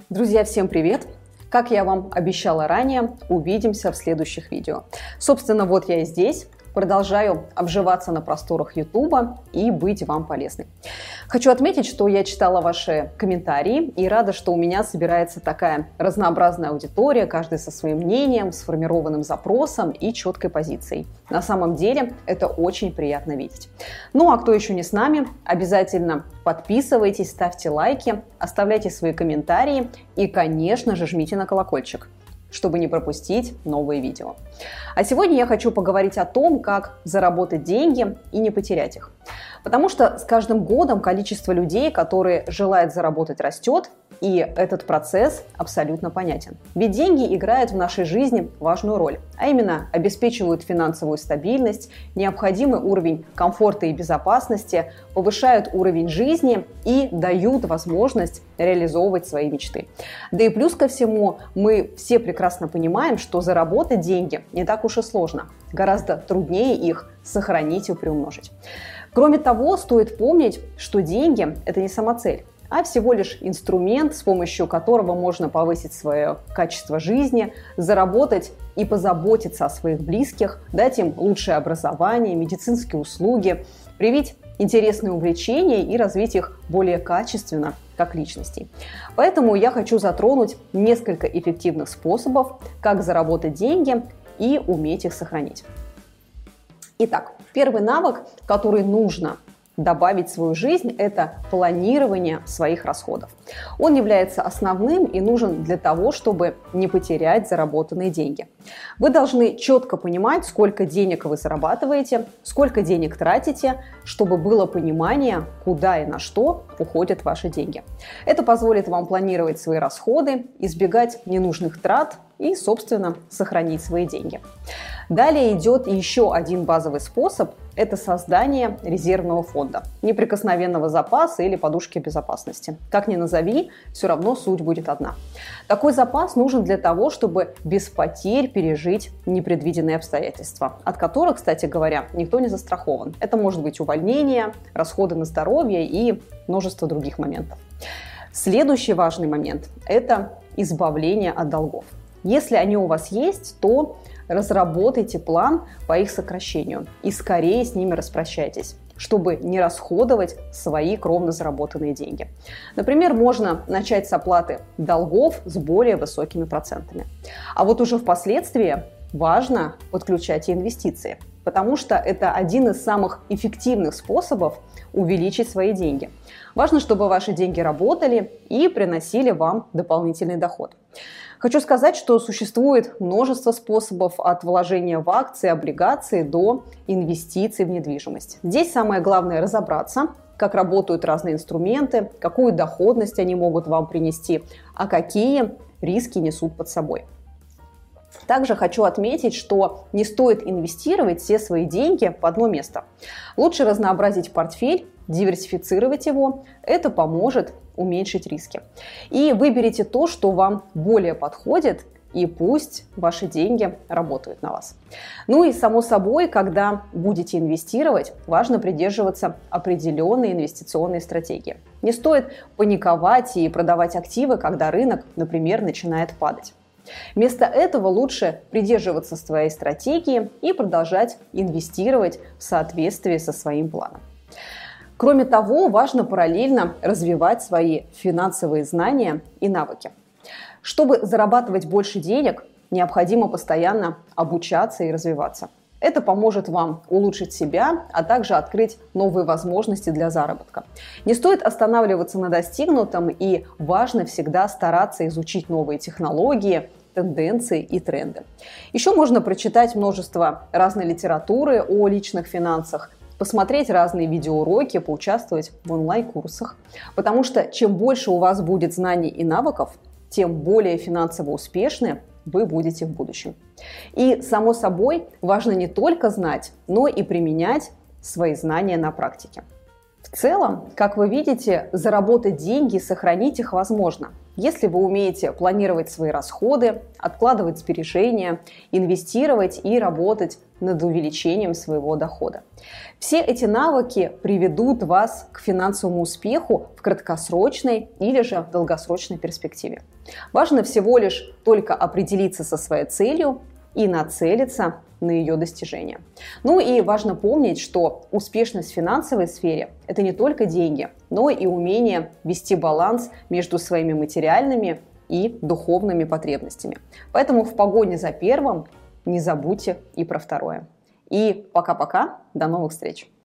Друзья, всем привет! Как я вам обещала ранее, увидимся в следующих видео. Собственно, вот я и здесь. Продолжаю обживаться на просторах Ютуба и быть вам полезной. Хочу отметить, что я читала ваши комментарии и рада, что у меня собирается такая разнообразная аудитория, каждый со своим мнением, сформированным запросом и четкой позицией. На самом деле это очень приятно видеть. Ну а кто еще не с нами, обязательно подписывайтесь, ставьте лайки, оставляйте свои комментарии и, конечно же, жмите на колокольчик, чтобы не пропустить новые видео. А сегодня я хочу поговорить о том, как заработать деньги и не потерять их. Потому что с каждым годом количество людей, которые желают заработать, растет, и этот процесс абсолютно понятен. Ведь деньги играют в нашей жизни важную роль, а именно обеспечивают финансовую стабильность, необходимый уровень комфорта и безопасности, повышают уровень жизни и дают возможность реализовывать свои мечты. Да и плюс ко всему, мы все прекрасно понимаем, что заработать деньги не так уж и сложно. Гораздо труднее их сохранить и приумножить. Кроме того, стоит помнить, что деньги – это не самоцель, а всего лишь инструмент, с помощью которого можно повысить свое качество жизни, заработать и позаботиться о своих близких, дать им лучшее образование, медицинские услуги, привить интересные увлечения и развить их более качественно, как личностей. Поэтому я хочу затронуть несколько эффективных способов, как заработать деньги и уметь их сохранить. Итак, первый навык, который нужно добавить в свою жизнь, это планирование своих расходов. Он является основным и нужен для того, чтобы не потерять заработанные деньги. Вы должны четко понимать, сколько денег вы зарабатываете, сколько денег тратите, чтобы было понимание, куда и на что уходят ваши деньги. Это позволит вам планировать свои расходы, избегать ненужных трат и, собственно, сохранить свои деньги. Далее идет еще один базовый способ – это создание резервного фонда, неприкосновенного запаса или подушки безопасности. Как ни назови, все равно суть будет одна. Такой запас нужен для того, чтобы без потерь пережить непредвиденные обстоятельства, от которых, кстати говоря, никто не застрахован. Это может быть увольнение, расходы на здоровье и множество других моментов. Следующий важный момент – это избавление от долгов. Если они у вас есть, то разработайте план по их сокращению и скорее с ними распрощайтесь, чтобы не расходовать свои кровно заработанные деньги. Например, можно начать с оплаты долгов с более высокими процентами. А вот уже впоследствии важно подключать и инвестиции, потому что это один из самых эффективных способов увеличить свои деньги. Важно, чтобы ваши деньги работали и приносили вам дополнительный доход. Хочу сказать, что существует множество способов от вложения в акции, облигации до инвестиций в недвижимость. Здесь самое главное разобраться, как работают разные инструменты, какую доходность они могут вам принести, а какие риски несут под собой. Также хочу отметить, что не стоит инвестировать все свои деньги в одно место. Лучше разнообразить портфель, диверсифицировать его. Это поможет уменьшить риски. И выберите то, что вам более подходит, и пусть ваши деньги работают на вас. Ну и само собой, когда будете инвестировать, важно придерживаться определенной инвестиционной стратегии. Не стоит паниковать и продавать активы, когда рынок, например, начинает падать. Вместо этого лучше придерживаться своей стратегии и продолжать инвестировать в соответствии со своим планом. Кроме того, важно параллельно развивать свои финансовые знания и навыки. Чтобы зарабатывать больше денег, необходимо постоянно обучаться и развиваться. Это поможет вам улучшить себя, а также открыть новые возможности для заработка. Не стоит останавливаться на достигнутом, и важно всегда стараться изучить новые технологии, тенденции и тренды. Еще можно прочитать множество разной литературы о личных финансах, посмотреть разные видеоуроки, поучаствовать в онлайн-курсах. Потому что чем больше у вас будет знаний и навыков, тем более финансово успешны вы будете в будущем. И, само собой, важно не только знать, но и применять свои знания на практике. В целом, как вы видите, заработать деньги и сохранить их возможно, если вы умеете планировать свои расходы, откладывать сбережения, инвестировать и работать над увеличением своего дохода. Все эти навыки приведут вас к финансовому успеху в краткосрочной или же в долгосрочной перспективе. Важно всего лишь только определиться со своей целью и нацелиться на ее достижение. Ну и важно помнить, что успешность в финансовой сфере – это не только деньги, но и умение вести баланс между своими материальными и духовными потребностями. Поэтому в погоне за первым не забудьте и про второе. И пока-пока, до новых встреч!